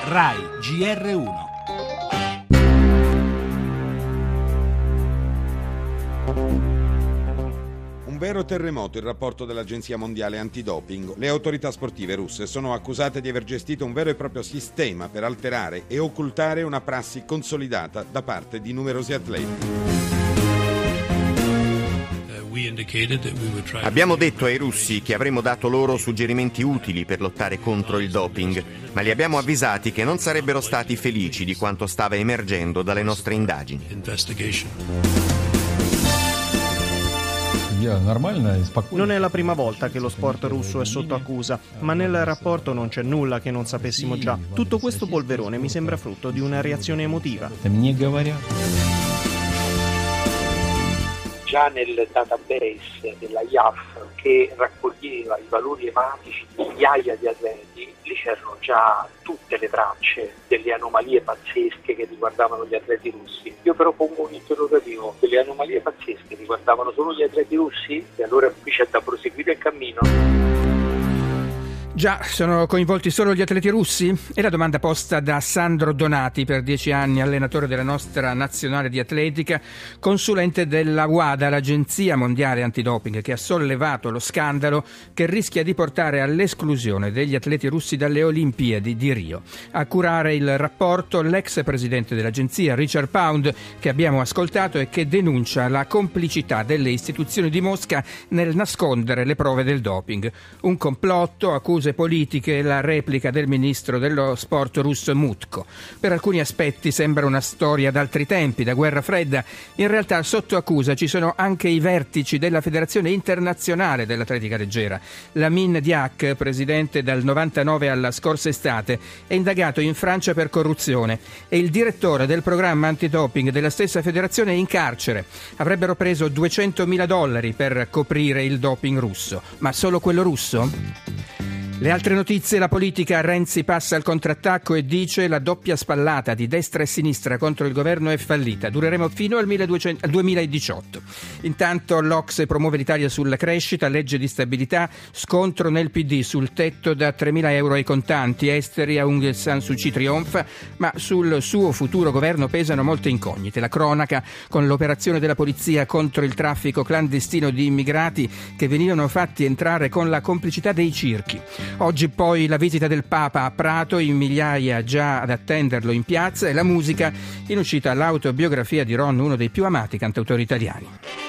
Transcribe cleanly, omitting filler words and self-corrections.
RAI GR1. Un vero terremoto il rapporto dell'Agenzia Mondiale Antidoping. Le autorità sportive russe sono accusate di aver gestito un vero e proprio sistema per alterare e occultare una prassi consolidata da parte di numerosi atleti. Abbiamo detto ai russi che avremmo dato loro suggerimenti utili per lottare contro il doping, ma li abbiamo avvisati che non sarebbero stati felici di quanto stava emergendo dalle nostre indagini. Non è la prima volta che lo sport russo è sotto accusa, ma nel rapporto non c'è nulla che non sapessimo già. Tutto questo polverone mi sembra frutto di una reazione emotiva. Già nel database della IAF che raccoglieva i valori ematici di migliaia di atleti, lì c'erano già tutte le tracce delle anomalie pazzesche che riguardavano gli atleti russi. Io però pongo un interrogativo: delle anomalie pazzesche riguardavano solo gli atleti russi? E allora qui c'è da proseguire il cammino. Già, sono coinvolti solo gli atleti russi? È la domanda posta da Sandro Donati, per 10 anni allenatore della nostra nazionale di atletica, consulente della WADA, l'Agenzia Mondiale Antidoping, che ha sollevato lo scandalo che rischia di portare all'esclusione degli atleti russi dalle Olimpiadi di Rio. A curare il rapporto l'ex presidente dell'agenzia, Richard Pound, che abbiamo ascoltato e che denuncia la complicità delle istituzioni di Mosca nel nascondere le prove del doping. Un complotto, accuse politiche e la replica del ministro dello sport russo Mutko. Per alcuni aspetti sembra una storia d'altri tempi, da guerra fredda. In realtà sotto accusa ci sono anche i vertici della Federazione Internazionale dell'Atletica Leggera. Lamin Diak, presidente dal 99 alla scorsa estate, è indagato in Francia per corruzione e il direttore del programma antidoping della stessa federazione è in carcere. Avrebbero preso $200.000 per coprire il doping russo. Ma solo quello russo? Le altre notizie: la politica. Renzi passa al contrattacco e dice: la doppia spallata di destra e sinistra contro il governo è fallita, dureremo fino al 2018. Intanto l'Ocse promuove l'Italia sulla crescita, legge di stabilità, scontro nel PD sul tetto da 3.000 euro ai contanti, esteri, Aung San Suu Kyi trionfa, ma sul suo futuro governo pesano molte incognite. La cronaca con l'operazione della polizia contro il traffico clandestino di immigrati che venivano fatti entrare con la complicità dei circhi. Oggi poi la visita del Papa a Prato, in migliaia già ad attenderlo in piazza, e la musica, in uscita l'autobiografia di Ron, uno dei più amati cantautori italiani.